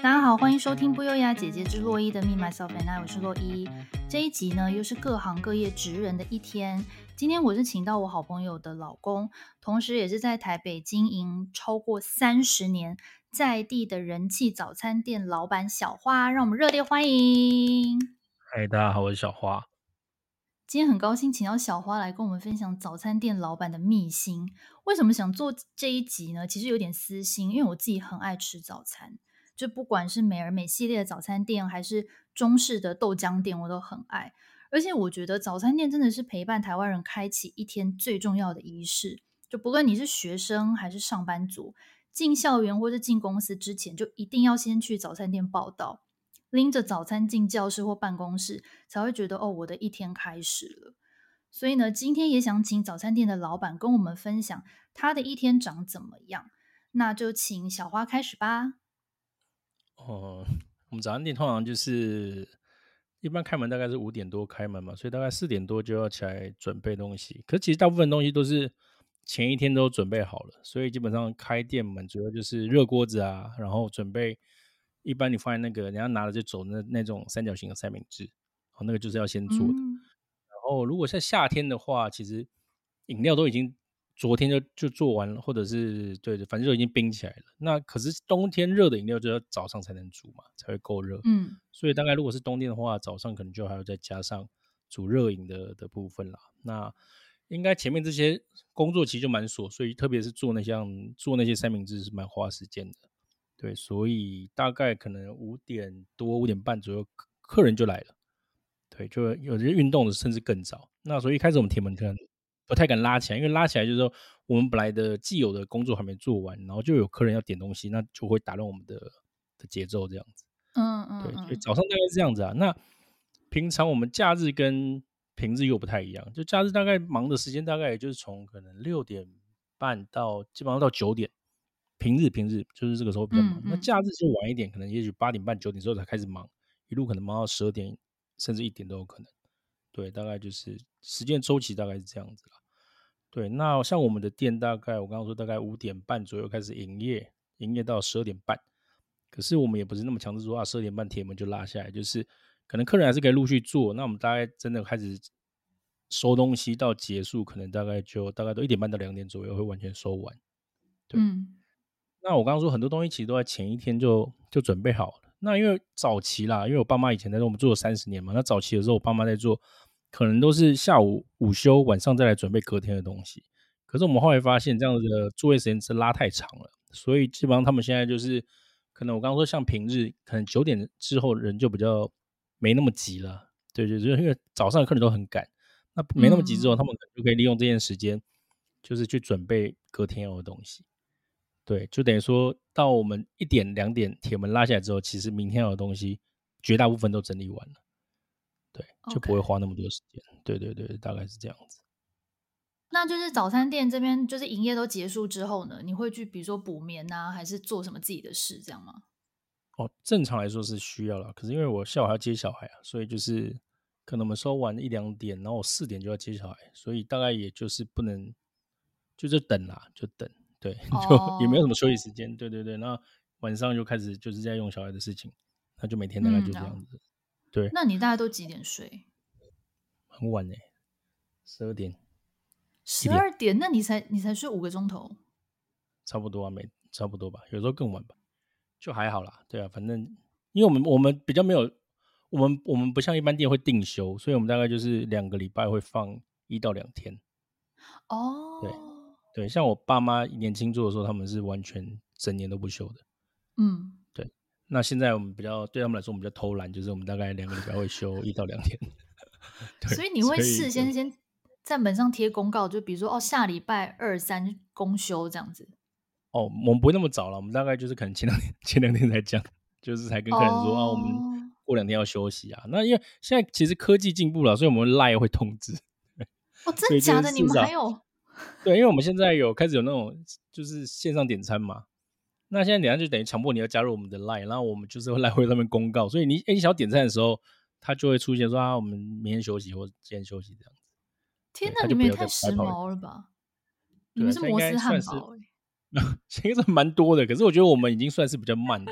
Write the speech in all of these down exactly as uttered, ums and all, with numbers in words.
大家好，欢迎收听不优雅姐姐之洛伊的 Me Myself and I， 我是洛伊。这一集呢，又是各行各业职人的一天。今天我是请到我好朋友的老公，同时也是在台北经营超过三十年在地的人气早餐店老板小花，让我们热烈欢迎。 嗨，大家好，我是小花。 今天很高兴请到小花来跟我们分享早餐店老板的秘辛。为什么想做这一集呢？其实有点私心，因为我自己很爱吃早餐，就不管是美而美系列的早餐店，还是中式的豆浆店，我都很爱。而且我觉得早餐店真的是陪伴台湾人开启一天最重要的仪式。就不论你是学生还是上班族，进校园或是进公司之前，就一定要先去早餐店报到。拎着早餐进教室或办公室，才会觉得哦，我的一天开始了。所以呢，今天也想请早餐店的老板跟我们分享他的一天长怎么样。那就请小花开始吧。 哦、我们早餐店通常就是一般开门大概是五点多开门嘛，所以大概四点多就要起来准备东西。可是其实大部分东西都是前一天都准备好了，所以基本上开店门主要就是热锅子啊，然后准备一般你放在那个人家拿了就走那那种三角形的三明治，哦，那个就是要先做的。 嗯然后如果在夏天的话，其实饮料都已经昨天就就做完了，或者是对反正就已经冰起来了。那可是冬天热的饮料就要早上才能煮嘛，才会够热。 嗯所以大概如果是冬天的话，早上可能就还要再加上煮热饮的的部分啦。那应该前面这些工作其实就蛮琐碎，特别是做那项做那些三明治是蛮花时间的。对，所以大概可能五点多五点半左右，客人就来了。对，就有些运动的甚至更早。那所以一开始我们铁门可能不太敢拉起来，因为拉起来就是说我们本来的既有的工作还没做完，然后就有客人要点东西，那就会打乱我们的的节奏这样子。 嗯嗯对，所以嗯早上大概是这样子啊。那平常我们假日跟平日又不太一样，就假日大概忙的时间大概也就是从可能六点半到基本上到九点，平日平日就是这个时候比较忙。那嗯嗯假日就晚一点，可能也许八点半九点之后才开始忙，一路可能忙到十二点甚至一点都有可能。对，大概就是时间周期大概是这样子啦。对，那像我们的店大概我刚刚说大概五点半左右开始营业，营业到十二点半。可是我们也不是那么强制说啊，十二点半铁门就拉下来，就是可能客人还是可以陆续做。那我们大概真的开始收东西到结束，可能大概就大概都一点半到两点左右会完全收完。对， 嗯那我刚刚说很多东西其实都在前一天就就准备好了。那因为早期啦，因为我爸妈以前在做，我们做了三十年嘛。那早期的时候，我爸妈在做，可能都是下午午休，晚上再来准备隔天的东西。可是我们后来发现，这样子的作业时间是拉太长了，所以基本上他们现在就是，可能我刚刚说像平日，可能九点之后人就比较没那么急了。对对，就是因为早上的客人都很赶，那没那么急之后，他嗯， 们可能就可以利用这件时间，就是去准备隔天要的东西。对，就等于说到我们一点两点铁门拉下来之后，其实明天要的东西绝大部分都整理完了。对，就不会 OK。 花那么多时间。对对对，大概是这样子。 那就是早餐店这边就是营业都结束之后呢，你会去比如说补眠啊，还是做什么自己的事这样吗？ 哦，正常来说是需要啦，可是因为我下午还要接小孩啊，所以就是可能我们收完一两点，然后我四点就要接小孩，所以大概也就是不能就是等啦，就等。对，就也没有什哦， 么休息时间。对对对，那晚上就开始就是在用小孩的事情，那就每天大概嗯，哦， 就这样子。对， 那你大概都几点睡？ 很晚呢、十二点一十点二点？那你才你才睡五个钟头？ 差不多啊，没差不多吧，有时候更晚吧。就还好啦。对啊，反正因为我们我们比较没有，我们我们不像一般店会定休，所以我们大概就是两个礼拜会放一到两天。对哦， 对，像我爸妈年轻做的时候，他们是完全整年都不休的。 嗯， 对，那现在我们比较对他们来说，我们比较偷懒，就是我们大概两个礼拜会休一到两天。对， 所以你会所以就事先先在门上贴公告，就比如说哦，下礼拜二三公休这样子。 哦，我们不会那么早了，我们大概就是可能前两天前两天才讲，就是才跟客人说啊，我们哦， 过两天要休息啊。那因为现在其实科技进步了，所以我们 Line 会通知。 哦， 所以就真假的？你是至少们还有？ 对，因为我们现在有开始有那种就是线上点餐嘛，那现在点餐就等于强迫你要加入我们的 Line， 然后我们就是会来回上面公告，所以你诶你想要点餐的时候，它就会出现说啊，我们明天休息或者今天休息这样子。对， 天哪，你们也它就不要再太时白跑一趟。 髦了吧！你对啊， 们是现在应摩斯汉该算是堡哎、 现在是蛮多的，可是我觉得我们已经算是比较慢的，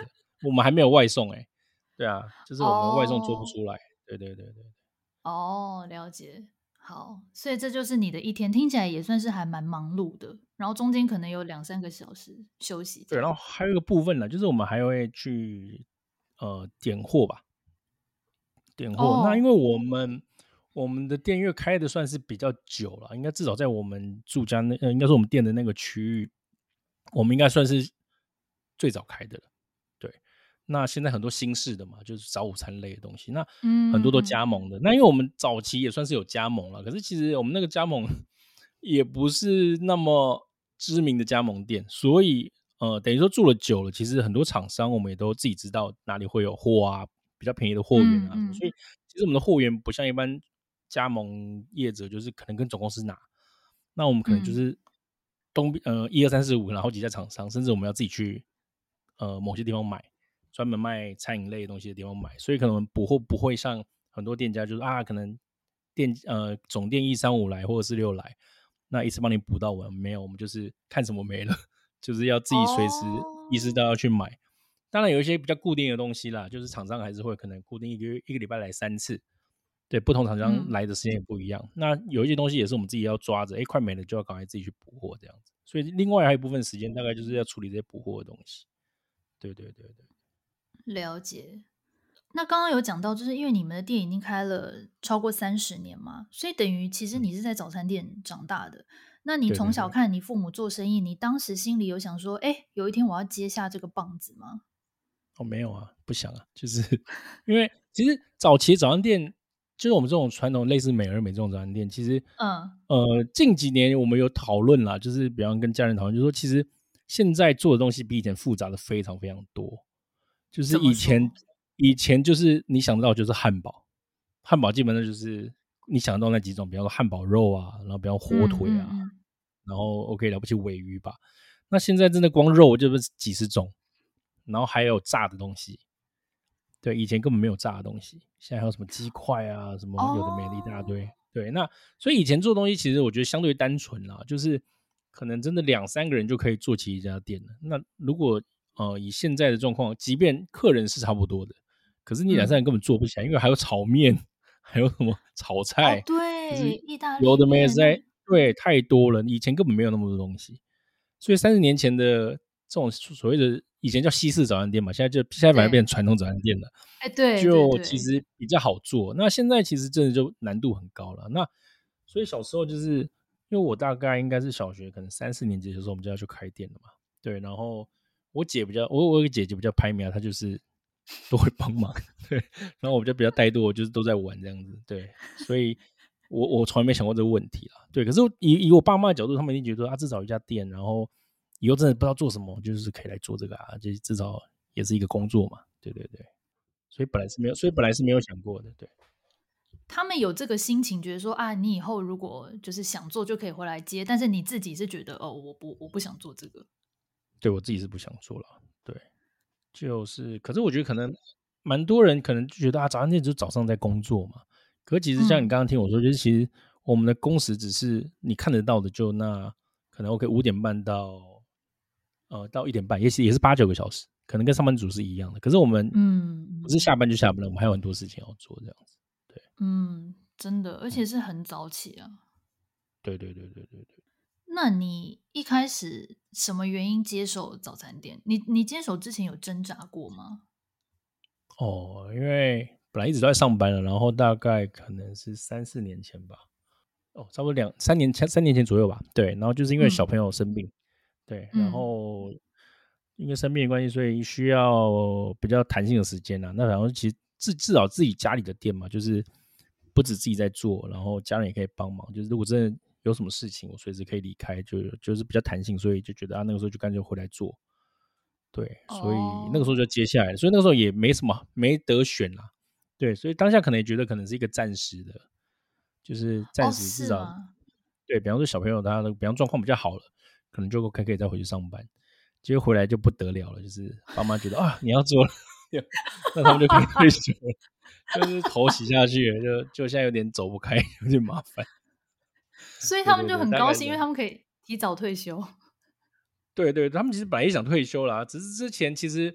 我们还没有外送哎、欸，对啊，就是我们外送做不哦出来，对对对对。 哦，了解。好，所以这就是你的一天，听起来也算是还蛮忙碌的。然后中间可能有两三个小时休息，这对，然后样。 还有一个部分呢，就是我们还会去呃点货吧，点货。那因为哦， 我们我们的店因为开的算是比较久了，应该至少在我们住家那，呃，应该说我们店的那个区域，我们应该算是最早开的了。对，那现在很多新式的嘛，就是早午餐类的东西，那很多都嗯嗯加盟的。那因为我们早期也算是有加盟了，可是其实我们那个加盟也不是那么知名的加盟店，所以呃，等于说做了久了，其实很多厂商我们也都自己知道哪里会有货啊，比较便宜的货源啊什么，所嗯嗯以其实我们的货源不像一般加盟业者，就是可能跟总公司拿，那我们可能就嗯是东呃一二三四五，然后好几家厂商，甚至我们要自己去呃某些地方买，专门卖餐饮类的东西的地方买，所以可能补货不会像很多店家就是啊，可能店呃总店一三五来或者是六来，那一次帮你补到完，没有，我们就是看什么没了，就是要自己随时意识哦， 到要去买。当然有一些比较固定的东西啦，就是厂商还是会可能固定一个月一个礼拜来三次，对，不同厂商嗯来的时间也不一样。那有一些东西也是我们自己要抓着，哎，快没了就要赶快自己去补货这样子。所以另外还有一部分时间大概就是要处理这些补货的东西。对对对对。 了解。那刚刚有讲到，就是因为你们的店已经开了超过三十年嘛，所以等于其实嗯， 你是在早餐店长大的。那你从小对对对。 看你父母做生意，你当时心里有想说，哎，有一天我要接下这个棒子吗？ 哦，没有啊，不想啊，就是因为其实早期早餐店，就是我们这种传统类似美而美这种早餐店，其实嗯， 呃近几年我们有讨论啦，就是比方跟家人讨论，就说其实现在做的东西比以前复杂的非常非常多。就是怎么以前说？ 以前就是你想到就是汉堡，汉堡基本上就是你想到那几种，比方说汉堡肉啊，然后比方火嗯腿啊， 嗯嗯， 然后 OK 了不起尾鱼吧。那现在真的光肉就是几十种，然后还有炸的东西。对，以前根本没有炸的东西，现在还有什么鸡块啊，什么有的没的一大哦， 堆。对，那所以以前做东西其实我觉得相对单纯啦，就是可能真的两三个人就可以做起一家店了。那如果呃以现在的状况，即便客人是差不多的，可是你两三嗯， 人根本做不起来，因为还有炒面，还有什么炒哦， 菜，就是对，意大利有的没的实面那， 在对太多了，以前根本没有那么多东西。所以三十年前的这种所谓的以前叫西式早餐店嘛，现在就现在反而变对， 成传统早餐店了。 哎，对对就其对， 实比较好做。那现在其实真的就难度很高了。那所以小时候就是因为我大概应该是小学可能三四年级的时候，我们就要去开店了嘛。对，然后我姐比较，我我有个姐姐比较拍苗，她就是都会帮忙。对，然后我就比较怠惰，我就是都在玩这样子。对，所以我我从来没想过这个问题啦。对，可是以以我爸妈的角度，他们一定觉得啊，至少有一家店，然后以后真的不知道做什么，就是可以来做这个啊，就至少也是一个工作嘛。对对对。所以本来是没有，所以本来是没有想过的，对。 他们有这个心情，觉得说啊，你以后如果就是想做就可以回来接，但是你自己是觉得哦，我不我不想做这个。 对我自己是不想做了，对，就是可是我觉得可能蛮多人可能就觉得啊，早餐店就是早上在工作嘛，可是其实像你嗯刚刚听我说，就是其实我们的工时只是你看得到的，就那可能 OK 五点半到呃到一点半，也是也是八九个小时，可能跟上班族是一样的。可是我们嗯嗯不是下班就下班了，我们还有很多事情要做，这样子。对， 嗯，真的，而嗯， 且是很早起啊。 对对对对对对。 那你一开始什么原因接手早餐店？你你接手之前有挣扎过吗？ 哦，因为本来一直都在上班了，然后大概可能是三四年前吧，哦，差不多两三年前三年前左右吧，对，然后就是因为小嗯朋友生病，对，然嗯后因为生病的关系，所以需要比较弹性的时间啊。那然后其实至至少自己家里的店嘛，就是不止自己在做，然后家人也可以帮忙。就是如果真的有什么事情，我随时可以离开，就就是比较弹性，所以就觉得啊，那个时候就干脆回来做。对，所以那个时候哦就接下来了，所以那个时候也没什么没得选啦。对，所以当下可能也觉得可能是一个暂时的，就是暂哦， 时至少是吗？ 对，比方说小朋友他的比方状况比较好了，可能就可可以再回去上班。结果回来就不得了了，就是爸妈觉得啊你要做了，那他们就可以退休了，就是头洗下去了，就就现在有点走不开，有点麻烦。 所以他们就对对对， 很高兴，因为大概是这样。 他们可以提早退休。 对对，他们其实本来也想退休啦，只是之前其实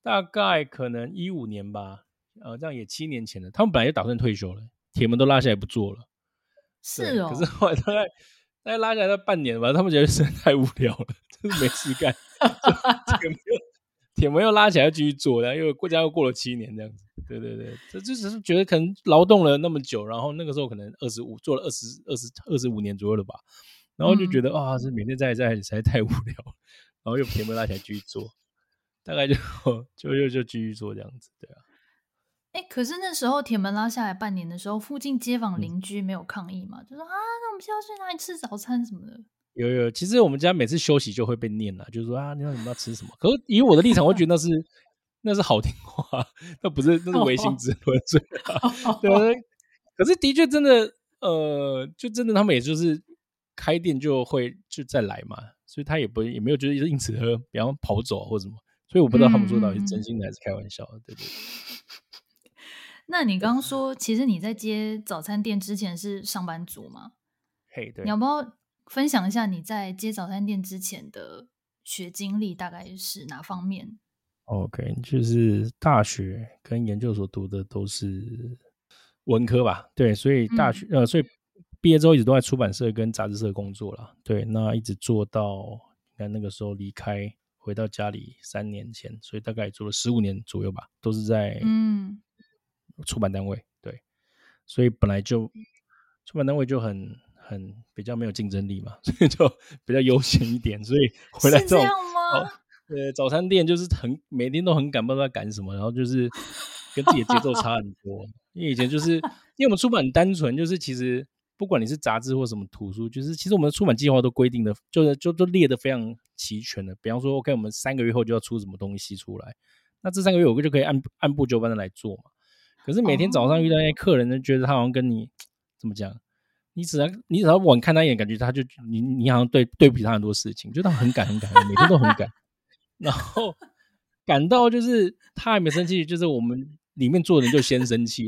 大概可能一五年吧，呃，这样也七年前了。他们本来就打算退休了，铁门都拉下来不做了。对，可是是哦， 后来大概大概拉下来到半年吧，他们觉得实在太无聊了，就是没事干，就铁门又铁门又拉起来继续做，然后又国家又过了七年这样子。对对对，这就只是觉得可能劳动了那么久，然后那个时候可能二十五做了二十二十二十五年左右了吧，然后就觉嗯。 得啊，这每天在在实在太无聊了，然后又铁门拉起来继续做，大概就就又就继续做这样子，对啊。 哎，可是那时候铁门拉下来半年的时候，附近街坊嗯， 邻居没有抗议嘛？就说啊，那我们现在要去哪里吃早餐什么的。 有有，其实我们家每次休息就会被念啦，就是说啊，你要你们要吃什么？可是以我的立场，我会觉得那是那是好听话，那不是那是唯心哦， 之论，所以啊，对啊。可是的确真的，呃，就真的他们也就是开店就会就再来嘛，所以他也不也没有就是因此而比方跑走或什么，所以我不知道他们嗯说到底是真嗯嗯。 心的还是开玩笑的，对对那你刚刚说，其实你在接早餐店之前是上班族吗？ 嘿，对。 你要不要分享一下你在接早餐店之前的学经历大概是哪方面？ OK，就是大学跟研究所读的都是文科吧，对，所以大学嗯呃，所以毕业之后一直都在出版社跟杂志社工作了，对，那一直做到你看那个时候离开，回到家里三年前，所以大概也做了十五年左右吧，都是在嗯。 出版单位，对，所以本来就出版单位就很很比较没有竞争力嘛，所以就比较悠闲一点，所以回来这种是这样哦， 吗？ 呃，早餐店就是很每天都很赶，不知道在赶什么，然后就是跟自己的节奏差很多。因为以前就是因为我们出版很单纯，就是其实不管你是杂志或什么图书，就是其实我们的出版计划都规定的，就是就都列的非常齐全的。比方说，OK，我们三个月后就要出什么东西出来，那这三个月我就可以按按部就班的来做嘛。可是每天早上遇到那些哦。 客人，就觉得他好像跟你怎么讲？你只要你只要晚看他一眼，感觉他就你你好像对对不起他很多事情，就他很赶很赶，每天都很赶。然后赶到就是他还没生气，就是我们里面做人就先生气，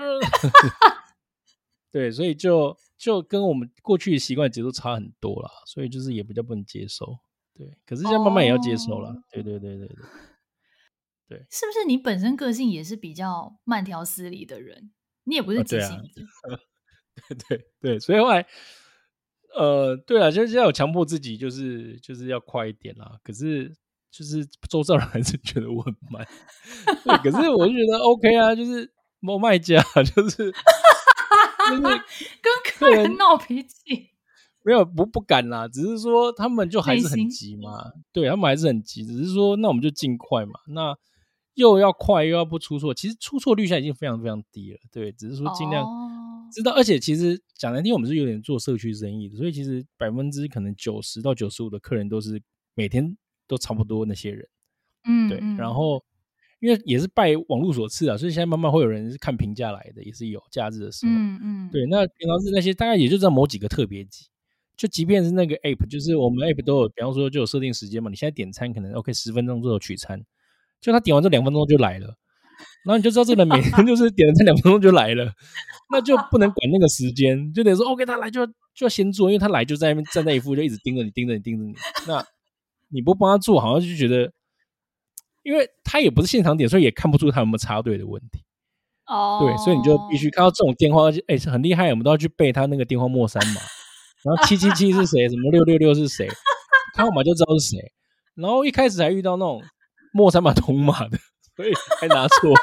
对，所以就就跟我们过去的习惯节奏差很多啦，所以就是也比较不能接受，对，可是现在慢慢也要接受了， 哦。 对对对对对对， 是不是你本身个性也是比较慢条斯理的人？你也不是啊，对啊， 急性子。 对对对，所以后来呃，对啊，就是要有强迫自己，就是就是要快一点啦。可是就是周遭人还是觉得我很慢，对，可是我就觉得 OK 啊，就是某卖家，就是就是跟客人客人闹脾气。 没有不不敢啦，只是说他们就还是很内心。 急嘛，对他们还是很急，只是说那我们就尽快嘛，那又要快又要不出错，其实出错率现在已经非常非常低了，对，只是说尽量哦。 知道，而且其实讲难听，我们是有点做社区生意的，所以其实百分之可能九十到九十五的客人都是每天都差不多那些人，对，然嗯嗯。 后因为也是拜网络所赐啊，所以现在慢慢会有人是看评价来的，也是有假日的时候， 嗯嗯。 对，那平常是那些大概也就知道某几个特别集。就即便是那个 App，就是我们 App 都有，比方说就有设定时间嘛，你现在点餐可能 OK 十分钟之后取餐，就他点完这两分钟就来了，然后你就知道这个人每天就是点了这两分钟就来了，那就不能管那个时间，就等于说 OK 他来就要就要先做，因为他来就在那边站在一副就一直盯着你盯着你盯着你，那你不帮他做，好像就觉得，因为他也不是现场点，所以也看不出他有没有插队的问题。对，所以你就必哦。 须看到这种电话，哎、欸，很厉害，我们都要去背他那个电话末三码，然后七七七是谁，什么六六六是谁，看号码就知道是谁。然后一开始还遇到那种末三码同码的，所以还拿错。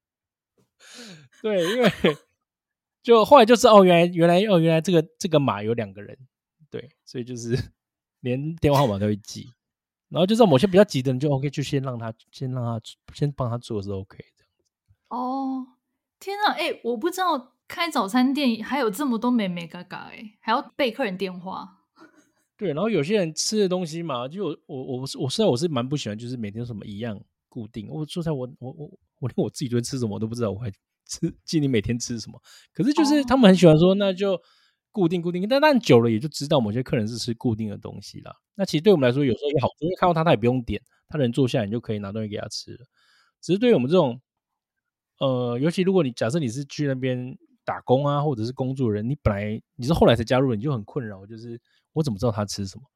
对，因为就后来就知道哦，原来原来哦，原来这个这个码有两个人，对，所以就是连电话号码都会记。然后就知道某些比较急的人就 OK，就先让他先让他先帮他做是 OK 的。 哦。天啊，哎、我不知道开早餐店还有这么多美美嘎嘎，哎，还要背客人电话。 对，然后有些人吃的东西嘛，就我我我是我实在我是蛮不喜欢，就是每天什么一样固定。我说实在我我我我连我自己昨天吃什么我都不知道，我还吃记你每天吃什么。可是就是他们很哦。 喜欢说，那就固定固定，但但久了也就知道某些客人是吃固定的东西啦。那其实对我们来说有时候也好处，因为看到他他也不用点，他人坐下来你就可以拿东西给他吃了。只是对于我们这种呃，尤其如果你假设你是去那边打工啊，或者是工作人，你本来你是后来才加入的，你就很困扰，就是我怎么知道他吃什么？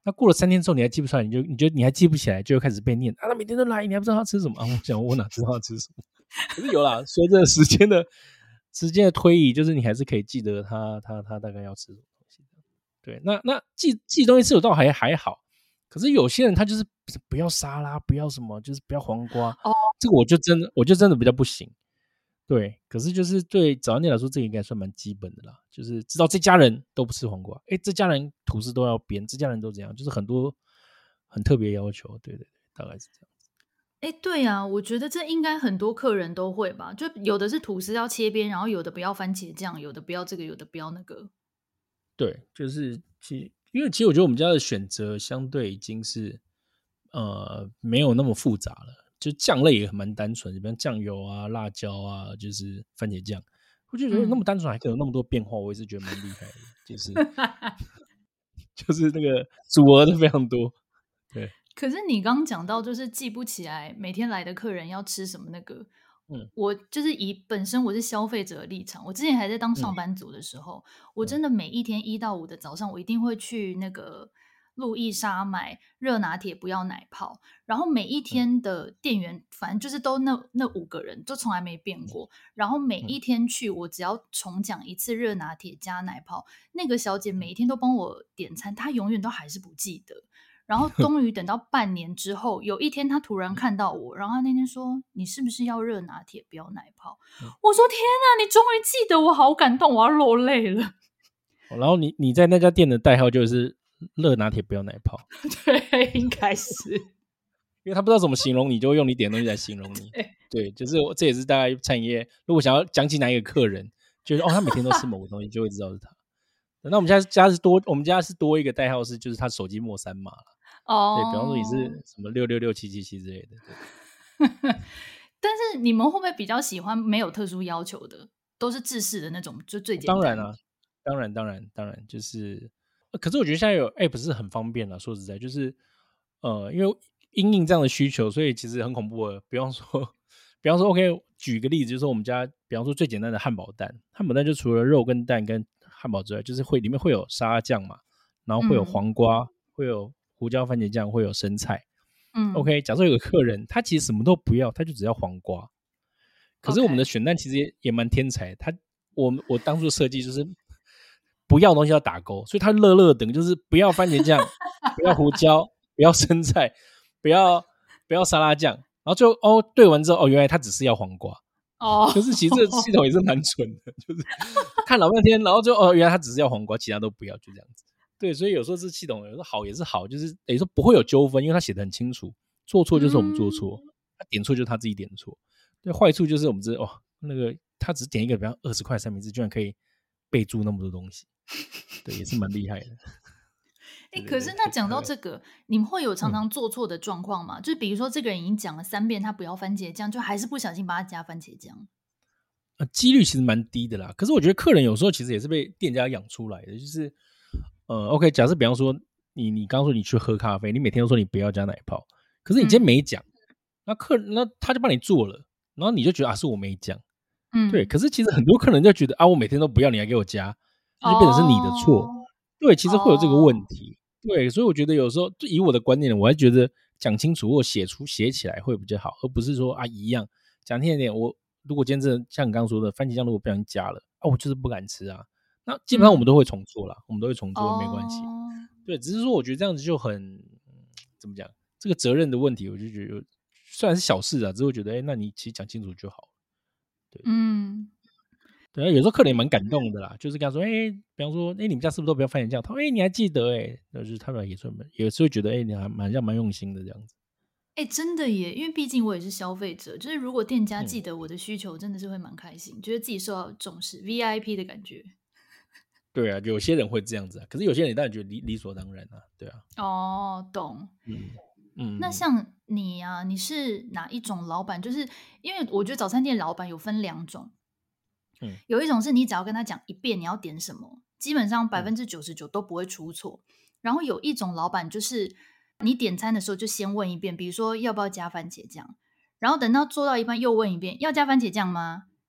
那过了三天之后你还记不出来，你就你就你还记不起来，就会开始被念啊，他每天都来，你还不知道他吃什么啊？我想我哪知道他吃什么？可是有啦，随着时间的时间的推移，就是你还是可以记得他他他大概要吃什么东西。对，那那记记东西吃有倒还还好，可是有些人他就是不要沙拉，不要什么，就是不要黄瓜， 哦， 这个我就真的我就真的比较不行。对，可是就是对早餐店来说，这个应该算蛮基本的啦，就是知道这家人都不吃黄瓜，哎，这家人吐司都要边，这家人都怎样，就是很多很特别要求。对对对，大概是这样。 哎，对啊，我觉得这应该很多客人都会吧，就有的是吐司要切边，然后有的不要番茄酱，有的不要这个，有的不要那个。 对，就是其因为其实我觉得我们家的选择相对已经是呃没有那么复杂了，就酱类也蛮单纯，比如酱油啊、辣椒啊，就是番茄酱，我就觉得那么嗯， 单纯还可以有那么多变化，我也是觉得蛮厉害的，就是就是那个组合都非常多。对， 可是你刚刚讲到，就是记不起来每天来的客人要吃什么那个， 嗯我就是以本身我是消费者的立场，我之前还在当嗯上班族的时候，我嗯真的每一天一到五的早上，我一定会去那个路易莎买热拿铁，不要奶泡。然后每一嗯天的店员，反正就是都那那五个人，就从来没变过。然后每嗯一天去，我只要重讲一次热拿铁加奶泡，那个小姐每嗯一天都帮我点餐，她永远都还是不记得。然后终于等到半年之后，有一天他突然看到我，然后他那天说：“你是不是要热拿铁，不要奶泡？” 嗯我说：“天啊，你终于记得我，好感动，我要落泪了。 哦然后你你在那家店的代号就是热拿铁不要奶泡，” 对，应该是。 因为他不知道怎么形容你，就会用你点的东西来形容你。 对， 对，就是这也是大概餐饮业，如果想要讲起哪一个客人，就是哦，他每天都吃某个东西，就会知道是他。那我们家家是多，我们家是多一个代号是，就是他手机末三码了。对，比方说你是哦。 什么六六六七七七之类的。对， 但是你们会不会比较喜欢没有特殊要求的，都是制式的那种，就最简单？ 当然啊，当然当然当然，就是呃可是我觉得现在有 App 是很方便啦，说实在，就是呃，因为因应这样的需求，所以其实很恐怖的。比方说，比方说，OK，举个例子，就是我们家，比方说最简单的汉堡蛋，汉堡蛋就除了肉跟蛋跟汉堡之外，就是会里面会有沙拉酱嘛，然后会有嗯黄瓜，会有胡椒番茄酱，会有生菜。 嗯 OK，假设有个客人，他其实什么都不要，他就只要黄瓜。可是我们的 ，OK， 选蛋其实也也蛮天才，他我们我当初设计就是不要的东西要打勾，所以他乐乐等就是不要番茄酱，不要胡椒，不要生菜，不要不要沙拉酱，然后最后哦对完之后哦原来他只是要黄瓜， 哦， 可是其实这个系统也是蛮蠢的，就是看老半天，然后就哦原来他只是要黄瓜，其他都不要，就这样子。对，所以有时候这系统有时候好也是好，就是等于说不会有纠纷，因为他写的很清楚，做错就是我们做错， 嗯， 他点错就是他自己点错。对，坏处就是我们这哦那个他只点一个比方二十块三明治，居然可以备注那么多东西，对，也是蛮厉害的。 哎， 对对对， 可是那讲到呃这个，你们会有常嗯常做错的状况吗？就比如说这个人已经讲了三遍，他不要番茄酱，就还是不小心把他加番茄酱。 呃几率其实蛮低的啦。可是我觉得客人有时候其实也是被店家养出来的，就是呃，OK，假设比方说你你刚说你去喝咖啡，你每天都说你不要加奶泡，可是你今天嗯没讲，那客人那他就帮你做了，然后你就觉得啊是我没讲，对。 嗯， 可是其实很多客人就觉得啊我每天都不要，你还给我加，那就变成是你的错。 哦对，其实会有这个问哦， 题。对，所以我觉得有时候就以我的观念，我还觉得讲清楚或写出写起来会比较好，而不是说啊一样讲听一点。我如果今天真的像你刚刚说的，番茄酱如果不小心加了啊，我就是不敢吃啊。那基本上我们嗯都会重做啦，我们都会重做，没关系。 哦， 对，只是说我觉得这样子就很怎么讲，这个责任的问题，我就觉得有虽然是小事啊，只是我觉得，哎，那你其实讲清楚就好。对对嗯。 对，有时候客人也蛮感动的啦，就是跟他说，哎，比方说，哎，你们家是不是都不要番茄酱？他说，哎，你还记得哎，就是他们也是也是会觉得，哎，你还蛮像蛮用心的这样子。 哎、真的耶！因为毕竟我也是消费者，就是如果店家嗯， 记得我的需求，真的是会蛮开心，觉得自己受到重视，V I P 的感觉。 对啊，有些人会这样子啊，可是有些人当然觉得理理所当然啊，对啊， 哦，懂。 嗯嗯嗯那像你啊，你是哪一种老板？就是因为我觉得早餐店老板有分两种， 嗯有一种是你只要跟他讲一遍你要点什么，基本上百嗯分之九十九都不会出错。然后有一种老板就是你点餐的时候就先问一遍，比如说要不要加番茄酱，然后等到做到一半又问一遍要加番茄酱吗？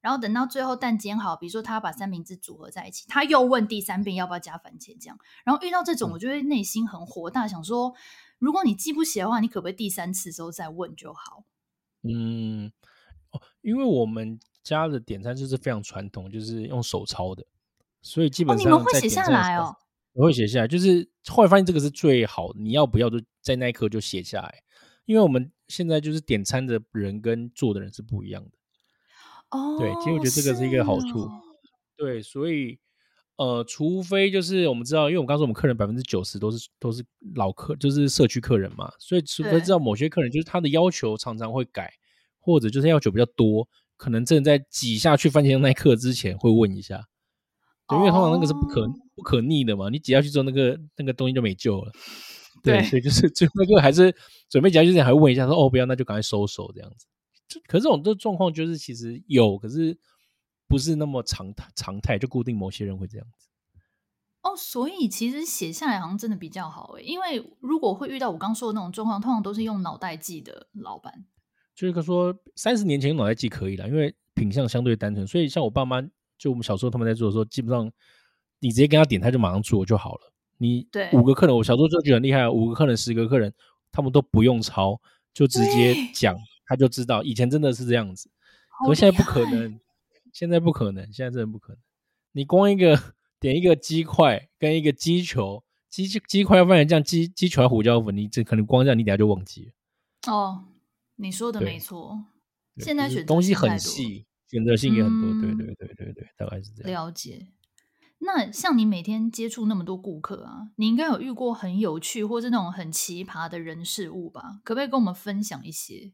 然后等到最后蛋煎好，比如说他把三明治组合在一起，他又问第三遍要不要加番茄酱。然后遇到这种，我就会内心很火大，想说，如果你记不起来的话，你可不可以第三次之后再问就好？ 嗯，哦，因为我们家的点餐就是非常传统，就是用手抄的，所以基哦， 本你们会上在点写下餐的时候， 来哦？ 我会写下来。就是后来发现这个是最好的，你要不要就在那一刻就写下来，因为我们现在就是点餐的人跟做的人是不一样的。对，其实我哦， 觉得这个是是一个好处。 哦， 对，所以呃，除非就是我们知道，因为我刚说我们客人百分之九十都是都是老客，就是社区客人嘛，所以除非知对， 道某些客人就是他的要求常常会改，或者就是要求比较多，可能真的在挤下去番茄酱那一刻之前会问一下。对，因为通常那个是不可哦， 不可逆的嘛，你挤下去之后，那个那个东西就没救了。对， 对。 所以就是最后那个还是准备挤下去之前还会问一下说，哦，不要，那就赶快收手这样子。就可是这种这状况就是其实有，可是不是那么常态常态，就固定某些人会这样子。 哦，所以其实写下来好像真的比较好诶，因为如果会遇到我刚说的那种状况，通常都是用脑袋记的老板。 就是说三十年前用脑袋记可以了，因为品相相对单纯，所以像我爸妈，就我们小时候他们在做的时候，基本上你直接跟他点，他就马上做就好了。你五对， 个客人，我小时候就觉得很厉害啊，五个客人、十个客人，他们都不用抄，就直接对， 讲，他就知道。以前真的是这样子， 好厉可是现在不可害。 能，现在不可能，现在真的不可能。你光一个点一个鸡块跟一个鸡球，鸡鸡块要放点酱，鸡鸡球要胡椒粉，你这可能光这样，你等下就忘记了。 哦，你说的没对。 错， 对， 现就是在选择东西很性太多。 细，选择性也很多。对嗯， 对对对对，大概是这样。 了解。那像你每天接触那么多顾客啊，你应该有遇过很有趣或是那种很奇葩的人事物吧？可不可以跟我们分享一些？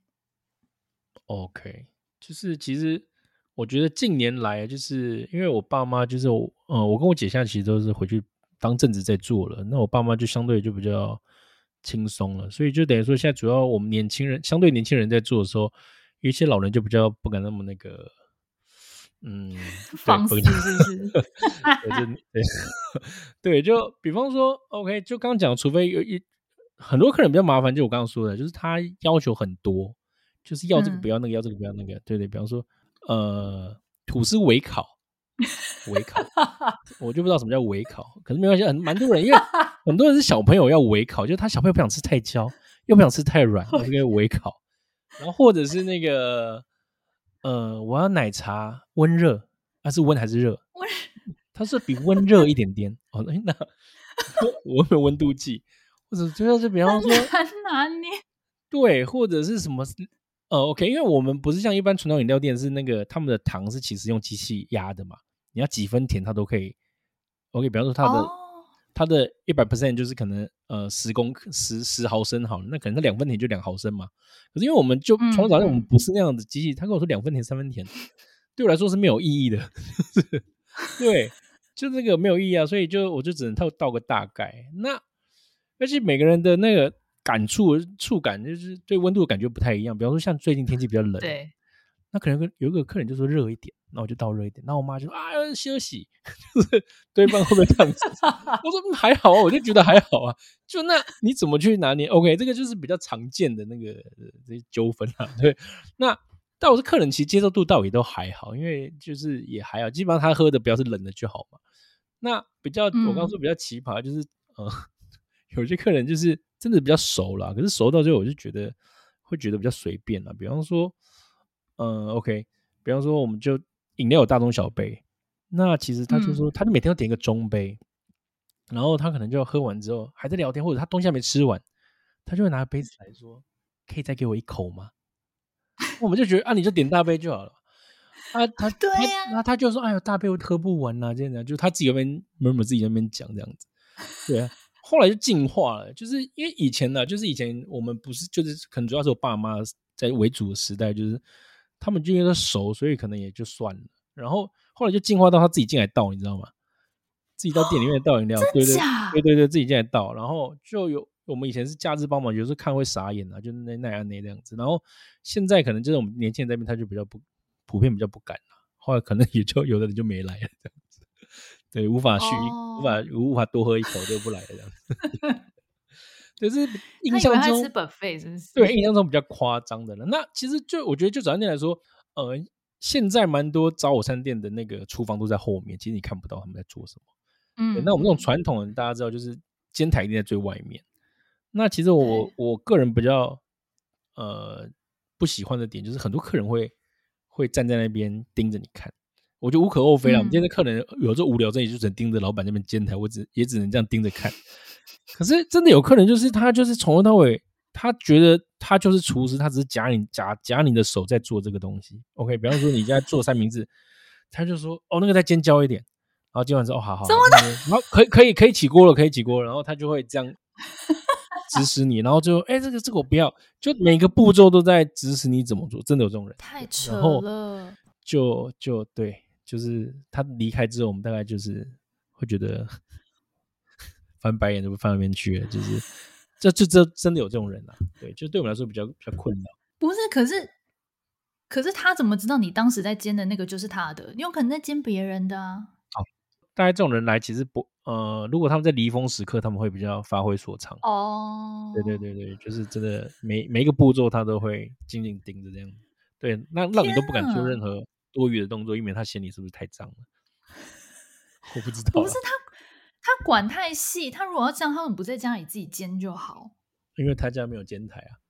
OK，就是其实我觉得近年来，就是因为我爸妈就是我，呃，我跟我姐现在其实都是回去当正职在做了，那我爸妈就相对就比较轻松了，所以就等于说现在主要我们年轻人相对年轻人在做的时候，有一些老人就比较不敢那么那个，嗯，对，不敢， 放肆是不是？ 对，这对对，就比方说，OK，就刚刚讲，除非有一很多客人比较麻烦，就我刚刚说的，就是他要求很多，就是要这个不嗯， 要那个，要这个不要那个，对对，比方说，呃，吐司微烤，微烤，我就不知道什么叫微烤，可是没关系，很蛮多人，因为很多人是小朋友要微烤，就是他小朋友不想吃太焦，又不想吃太软，我就给微烤，然后或者是那个，呃，我要奶茶温热，那、是温还是热？ 我它是比温热一点点哦，那那我没有温度计，或者就是比方很说难拿捏。 对，或者是什么呃，OK，因为我们不是像一般传统饮料店是那个他们的糖是其实用机器压的嘛，你要几分甜它都可以。OK，比方说它的哦， 它的一百 percent 就是可能呃十公十十毫升好了，那可能它两分甜就两毫升嘛。可是因为我们就从早到晚我们嗯嗯， 不是那样的机器，他跟我说两分甜三分甜，对我来说是没有意义的，就是对，就这个没有意义啊，所以就我就只能倒倒个大概。那而且每个人的那个感触触感，就是对温度的感觉不太一样。比方说像最近天气比较冷， 对， 那可能有一个客人就说热一点，那我就倒热一点。那我妈就说啊休息，就是对方会不会这样子？我说、嗯、还好啊，我就觉得还好啊。就那你怎么去拿捏？OK，这个就是比较常见的那个这些纠纷啊。对，那但我是客人，其实接受度倒也都还好，因为就是也还好，基本上他喝的不要是冷的就好嘛。那比较我刚刚嗯， 说比较奇葩，就是呃，有些客人就是真的比较熟啦，可是熟到最后我就觉得会觉得比较随便啦。比方说，呃，OK，比方说我们就饮料有大中小杯，那其实他就嗯， 说，他就每天都点一个中杯，然后他可能就喝完之后还在聊天，或者他东西还没吃完，他就会拿杯子来说，可以再给我一口吗？我们就觉得啊，你就点大杯就好了。啊，他对他呀， 那他就说：“哎呦，大杯我喝不完呐、啊，这样子，就他自己那边某某自己那边讲这样子。”对啊，后来就进化了，就是因为以前呢，就是以前我们不是就是可能主要是我爸妈在为主的时代，就是他们就因为熟，所以可能也就算了。然后后来就进化到他自己进来倒，你知道吗？自己到店里面倒饮料， 真对对对假？ 对对，自己进来倒，然后就有我们以前是假日帮忙，有时候看会傻眼啊，就是那那样那这样子。然后现在可能就是我们年轻人在那边，他就比较不普遍比较不敢了。后来可能也就有的人就没来了，这样子，对，无法续无法哦， 无法多喝一口就不来了这样子。对，是印他以为象中， 他在吃 buffet 是不是？ 对，印象中比较夸张的了。那其实就我觉得就早餐店来说，呃， 现在蛮多早午餐店的那个厨房都在后面，其实你看不到他们在做什么。对，那嗯我们这种嗯， 传统的大家知道，就是煎台一定在最外面。那其实我对， 我个人比较呃不喜欢的点，就是很多客人会会站在那边盯着你看，我觉得无可厚非啦。我们今天嗯， 的客人有时候无聊，真的就只能盯着老板那边煎台，我只也只能这样盯着看。可是真的有客人，就是他就是从头到尾，他觉得他就是厨师，他只是夹你夹夹你的手在做这个东西。OK，比方说你现在做三明治，他就说哦那个再煎焦一点，然后煎完之后哦好好好，那个然后可以可以可以起锅了，可以起锅了，然后他就会这样指使你，然后就哎、欸、这个这个我不要，就每个步骤都在指使你怎么做，真的有这种人。对，然太扯后了。 就就对，就是他离开之后，我们大概就是会觉得翻白眼都翻那边去了，就是这这这真的有这种人啊，对，就对我们来说比较比较困扰。 不是，可是可是他怎么知道你当时在煎的那个就是他的？你有可能在煎别人的啊。 大概这种人来，其实不呃，如果他们在离峰时刻，他们会比较发挥所长。对对哦， 对对，就是真的每每一个步骤他都会紧紧盯着这样。对，那让你天都不敢做任啊！ 何多余的动作，以免他嫌你是不是太脏了。我不知道啦， 不是他，他管太细。他如果要这样，他们不在家里自己煎就好。 因为他家没有煎台啊。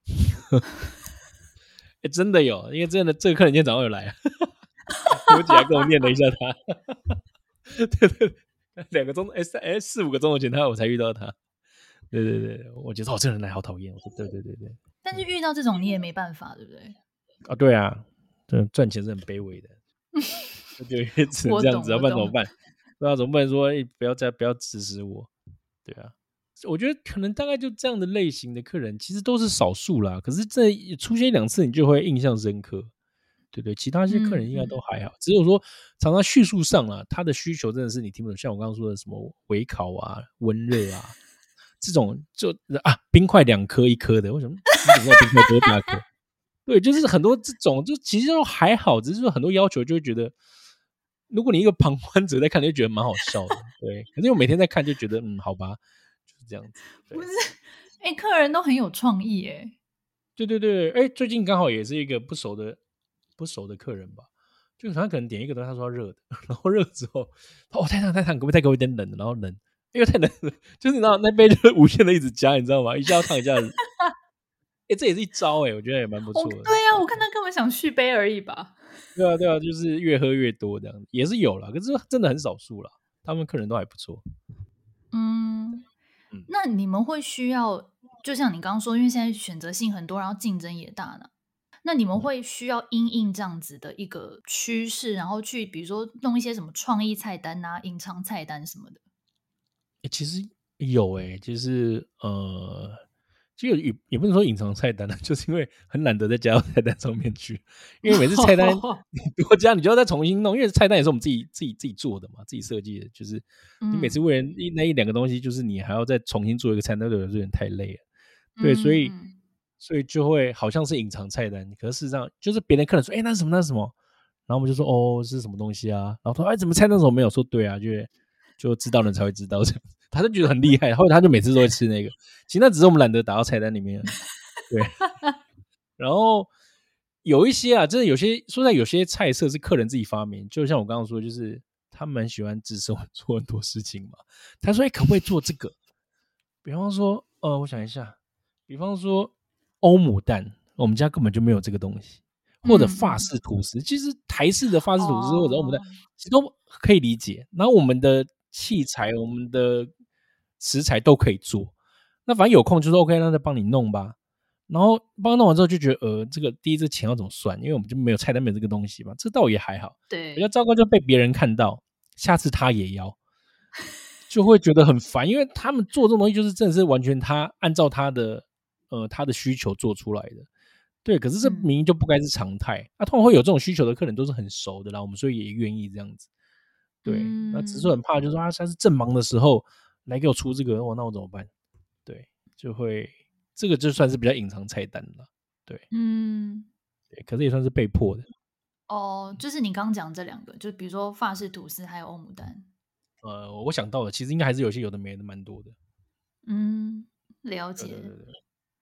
哎、真的有，因为真的这个客人今天早上有来啊，对不起，还跟我念了一下他。对对对，两个钟哎三哎四五个钟头前他我才遇到他。对对对，我觉得哦这个人来好讨厌。我说对对对对， 但是遇到这种你也没办法，对不对？ 啊对啊，这赚钱是很卑微的，那就也只能我懂， 这样子啊， 我懂。 不然怎么办？对啊，总不能说哎、不要再不要指使我。对啊，我觉得可能大概就这样的类型的客人，其实都是少数啦。可是这出现一两次，你就会印象深刻。对对，其他一些客人应该都嗯嗯还好，只有说常常叙述上啊，他的需求真的是你听不懂。像我刚刚说的什么微烤啊、温热啊，这种就啊冰块两颗一颗的，为什么你怎么知道冰块多大颗？对，就是很多这种，就其实都还好，只是说很多要求就会觉得，如果你一个旁观者在看，你就觉得蛮好笑的。对，可是我每天在看就觉得，嗯，好吧，就是这样子。 不是， 对， 哎、客人都很有创意哎。 对对对，哎，最近刚好也是一个不熟的不熟的客人吧，就是他可能点一个东西，他说要热的，然后热之后，哦，太烫太烫，可不可以再给我一点冷的？然后冷，因为太冷了，就是你知道那杯就是无限的一直加，你知道吗？一下要烫一下冷。哎，这也是一招哎，我觉得也蛮不我错的。 对啊，我看他根本想续杯而已吧。 对啊，对啊，就是越喝越多这样，也是有啦，可是真的很少数啦。他们客人都还不错。 嗯， 嗯， 那你们会需要，就像你刚刚说，因为现在选择性很多，然后竞争也大呢。那你们嗯会需要因应这样子的一个趋势，然后去比如说弄一些什么创意菜单啊、隐藏菜单什么的。 欸，其实有诶、就是呃，其实也也不能说隐藏菜单了，就是因为很懒得再加到菜单上面去，因为每次菜单你多加，你就要再重新弄，因为菜单也是我们自己自己自己做的嘛，自己设计的，就是你每次嗯为了一那一两个东西，就是你还要再重新做一个菜单，对我有点太累了。对，所以嗯嗯所以就会好像是隐藏菜单，可是事实上就是别人客人说，哎、那是什么那是什么，然后我们就说哦是什么东西啊，然后说哎怎么菜单怎么没有？说对啊，就就知道人才会知道这样。他就觉得很厉害，后来他就每次都会吃那个。其实那只是我们懒得打到菜单里面而已。对，然后有一些啊，真的有些说在有些菜色是客人自己发明，就像我刚刚说，就是他们喜欢指使我做很多事情嘛。他说：“哎、欸可不可以做这个？”比方说，呃，我想一下，比方说欧姆蛋，我们家根本就没有这个东西，或者法嗯嗯， 式吐司，其实台式的法式吐司或者欧姆蛋， 哦， 其实都可以理解。然后我们的器材、我们的食材都可以做，那反正有空就说 OK，那再帮你弄吧。然后帮他弄完之后就觉得，呃，这个第一这钱要怎么算？因为我们就没有菜单，没有这个东西嘛，这倒也还好。比较对， 糟糕就被别人看到，下次他也要。就会觉得很烦，因为他们做这种东西就是真的是完全他按照他的呃他的需求做出来的。对，可是这明嗯明就不该是常态。那、通常会有这种需求的客人都是很熟的啦，我们所以也愿意这样子。对，那只是嗯很怕，就是说他下次正忙的时候来给我出这个，哇，那我怎么办？对，就会这个就算是比较隐藏菜单了。对嗯， 对，可是也算是被迫的。 哦，就是你刚刚讲这两个，就比如说法式吐司还有欧姆蛋。 呃，我想到了，其实应该还是有些有的没的蛮多的。 嗯，了对对对解。 对。对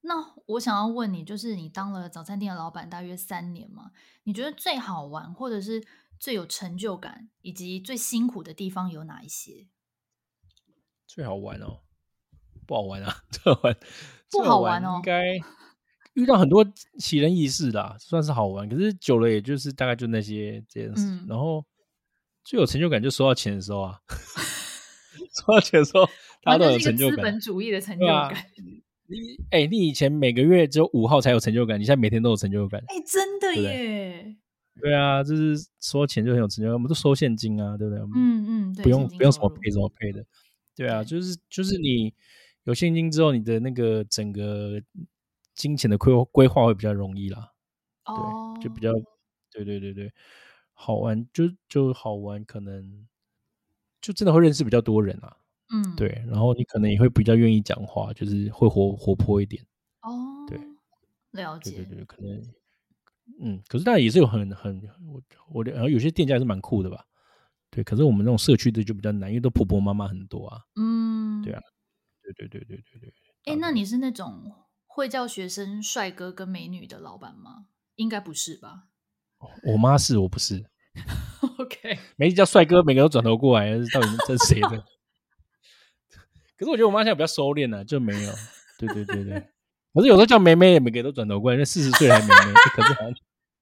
那我想要问你，就是你当了早餐店的老板大约三年嘛，你觉得最好玩，或者是最有成就感，以及最辛苦的地方有哪一些？ 最好玩哦，不好玩啊，最好玩， 不最好好玩哦。 玩应该遇到很多奇人异事啦，算是好玩。可是久了，也就是大概就那些这件事情。 嗯， 然后最有成就感就收到钱的时候啊，收到钱的时候，大家都很有完全是一个成就感， 资本主义的成对吧？ 就感。 你哎、欸你以前每个月只有五号才有成就感，你现在每天都有成就感， 哎、真的对不对？ 耶。 对啊，就是收到钱就很有成就感，我们都收现金啊，对不对？我们嗯嗯，对，现不用不用什金收入。 么配什么配的，对啊， 对。 就是就是你有现金之后，你的那个整个金钱的规规划会比较容易啦，对，就比哦。 较对对对对，好玩就就好玩，可能就真的会认识比较多人啊，对， 嗯。 然后你可能也会比较愿意讲话，就是会活活泼一点，对哦，了解。 对对对，可能嗯，可是当然也是有很很我我的，然后有些店家也是蛮酷的吧，对，可是我们那种社区的就比较难，因为都婆婆妈妈很多啊，对嗯。 啊，对对对对对对， 哎， 大概那你是那种会叫学生帅哥跟美女的老板吗？应该不是吧我妈是我不是， ？OK。 每一叫帅哥，每个都转头过来，到底这是谁的？可是我觉得我妈现在比较收敛了、啊，就没有，对对对对，可是有时候叫妹妹，每个都转头过来，那四十岁还妹妹，欸可是好像，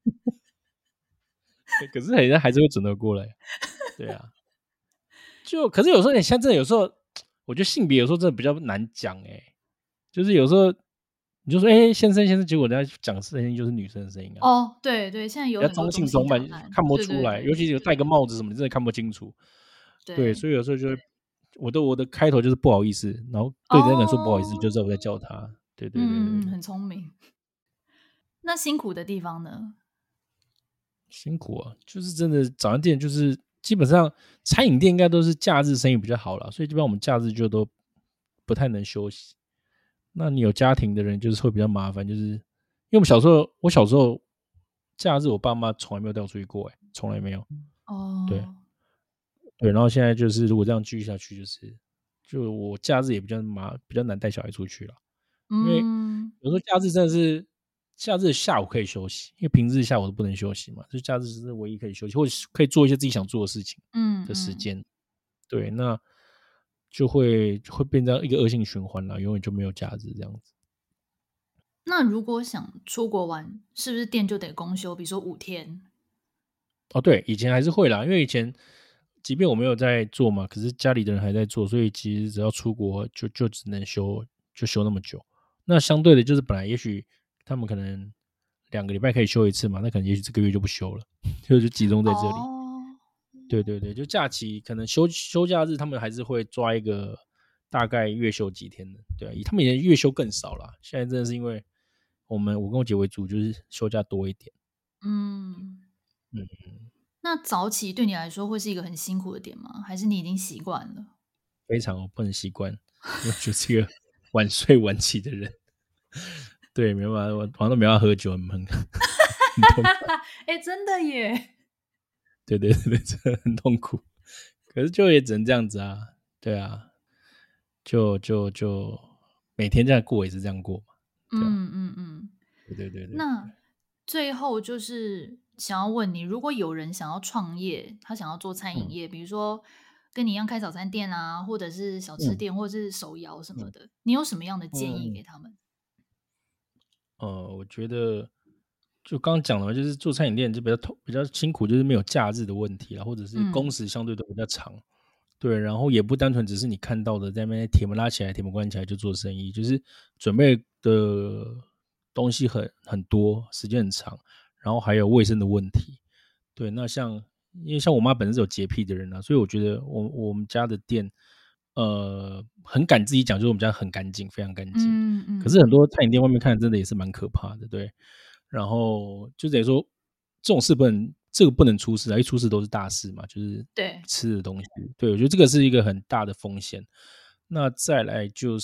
欸可是人家还是会转头过来，对啊，就可是有时候你像真的有时候，我觉得性别有时候真的比较难讲哎、欸就是有时候你就说哎、欸先生先生，结果人家讲声音就是女生的声音啊， 哦，对对，现在有比较很多中性中性中版答案。 看不对出来，尤对对其是有戴个帽子什么，你真的看不清楚。对， 对。 所以有时候就会，我的我的开头就是不好意思，然后对着那个人说不好意思，就哦。 知道我在叫他。对对对对嗯嗯嗯， 对， 很聪明。那辛苦的地方呢？ 辛苦啊，就是真的早餐店就是基本上餐饮店应该都是假日生意比较好啦，所以基本上我们假日就都不太能休息。那你有家庭的人就是会比较麻烦，就是因为我们小时候，我小时候假日我爸妈从来没有带我出去过、欸，从来没有。对哦。 对，然后现在就是如果这样继续下去，就是就我假日也比较麻，比较难带小孩出去了，因为嗯有时候假日真的是假日下午可以休息，因为平日下午都不能休息嘛，就假日是唯一可以休息，或者可以做一些自己想做的事情的时嗯嗯。 间。对，那就会会变成一个恶性循环了，永远就没有假日这样子。 那如果想出国玩，是不是店就得公休？比如说五天？ 哦，对，以前还是会啦，因为以前即便我没有在做嘛，可是家里的人还在做，所以其实只要出国就就只能休就休那么久。那相对的，就是本来也许他们可能两个礼拜可以休一次嘛，那可能也许这个月就不休了，就就集中在这里。 哦。 对对对，就假期可能休休假日，他们还是会抓一个大概月休几天的。对啊，他们以前月休更少啦，现在真的是因为我们我跟我姐为主，就是休假多一点。 嗯。 嗯， 那早起对你来说会是一个很辛苦的点吗？还是你已经习惯了？ 非常不能习惯，因为我就是一个晚睡晚起的人。对，没办法，我晚上都没办法喝酒，很很很痛苦。 哎、真的耶。 对对对对，真的很痛苦。可是就也只能这样子啊，对啊，就就就每天这样过也是这样过嘛，对啊， 嗯嗯嗯。 对对对对， 那最后就是想要问你，如果有人想要创业，他想要做餐饮嗯业，比如说跟你一样开早餐店啊，或者是小吃嗯店，或者是手摇什么嗯的，你有什么样的建议嗯， 给他们？ 呃，我觉得就刚刚讲了嘛，就是做餐饮店就比较痛比较辛苦，就是没有假日的问题啦，或者是工嗯时相对都比较长。对，然后也不单纯只是你看到的在那边铁门拉起来、铁门关起来就做生意，就是准备的东西很很多，时间很长，然后还有卫生的问题。对，那像因为像我妈本身是有洁癖的人啊，所以我觉得我我们家的店，呃，很敢自己讲，就是我们家很干净，非常干净。 嗯嗯。 可是很多餐饮店外面看真的也是蛮可怕的，对。然后就等于说这种事不能，这个不能出事啊，一出事都是大事嘛，就是对。 吃的东西。对，我觉得这个是一个很大的风险。那再来就是，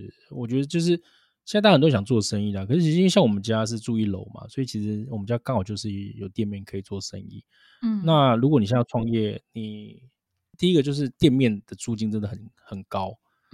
我觉得就是现在大家很多想做生意啦，可是其实因为像我们家是住一楼嘛，所以其实我们家刚好就是有店面可以做生意。 嗯那如果你现在要创业，你第一个就是店面的租金真的很很高，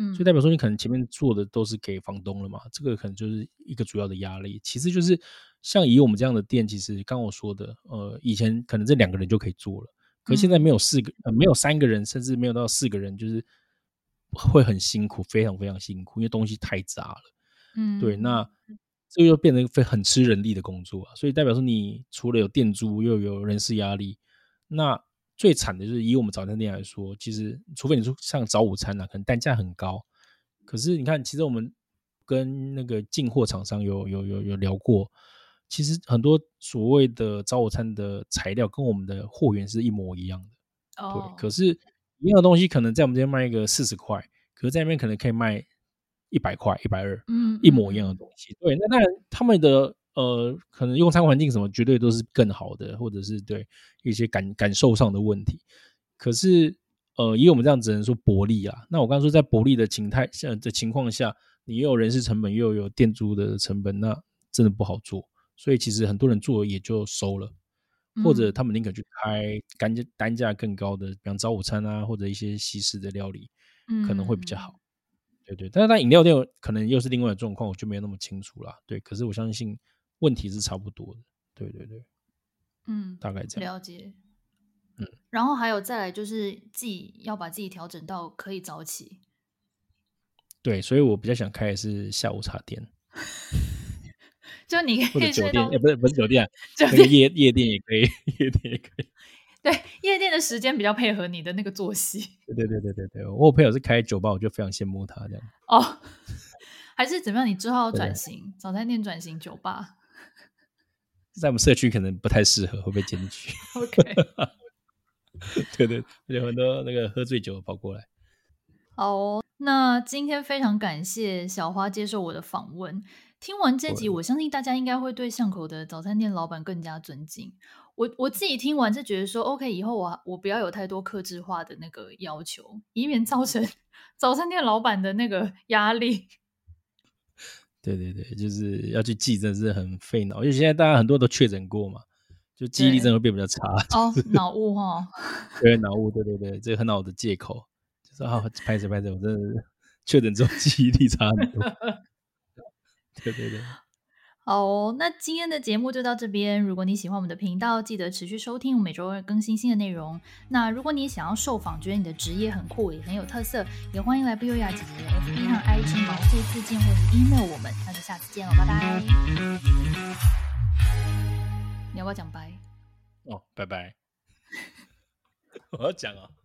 嗯， 所以代表说你可能前面做的都是给房东了嘛，这个可能就是一个主要的压力。其次就是像以我们这样的店，其实刚刚我说的，呃，以前可能这两个人就可以做了，可是现在没有四个，呃，没有三个人，甚至没有到四个人，就是会很辛苦，非常非常辛苦，因为东西太杂了。对， 嗯， 那这个又变成非很吃人力的工作啊，所以代表说你除了有店租，又有人事压力，那最惨的就是以我们早餐店来说，其实除非你说像早午餐啊，可能单价很高，可是你看，其实我们跟那个进货厂商有有有有聊过，其实很多所谓的早午餐的材料跟我们的货源是一模一样的。对，可哦， 是一样的东西可能在我们这边卖一个四十块，可是在那边可能可以卖一百块、一百二十， 嗯一模一样的嗯嗯东西。对，那当然他们的呃，可能用餐环境什么绝对都是更好的，或者是对一些感感受上的问题。可是呃，以我们这样只能说薄利啊。那我刚刚说在薄利的情态下的情况下，你又有人事成本，又有店租的成本，那真的不好做。所以其实很多人做也就收了。或者嗯他们宁可去开单价单价更高的，比方早午餐啊，或者一些西式的料理，可能会比较嗯好。对对，但是它饮料店可能又是另外的状况，我就没有那么清楚啦。对，可是我相信问题是差不多的。对对对， 嗯， 大概这样。 了解。 嗯， 然后还有再来就是自己要把自己调整到可以早起， 对，所以我比较想开的是下午茶店就你或者酒店， 可以睡到哎、不是不是酒店、啊， 酒那个店， 夜夜店也可以，夜店也可以。 对，夜店的时间比较配合你的那个作息对对对对对对，我有朋友是开酒吧，我就非常羡慕他这样。 哦。还是怎么样？你之后要对对， 转型，早餐店转型酒吧在我们社区可能不太适合，会被检举。 ，OK。 对对，有很多那个喝醉酒跑过来。 好哦，那今天非常感谢小花接受我的访问。听完这集，我相信大家应该会对巷口的早餐店老板更加尊敬。我我自己听完是觉得说，OK，以后我我不要有太多客制化的那个要求，以免造成早餐店老板的那个压力。 对对对，就是要去记，真的是很费脑。因为现在大家很多都确诊过嘛，就记忆力对， 真的会变比较差， 哦，脑雾哈， 对脑雾，对对对，这个很好的借口，就是啊，拍着拍着，我真的是确诊之后记忆力差很多。对对对， 好哦，那今天的节目就到这边。如果你喜欢我们的频道，记得持续收听，我们每周二更新新的内容。那如果你想要受访，觉得你的职业很酷，也很有特色，也欢迎来不优雅姐姐的 F B 和 I G 毛遂自荐或者 email 我们。那就下次见了，拜拜。你要不要讲拜？ 哦，拜拜。我要讲啊。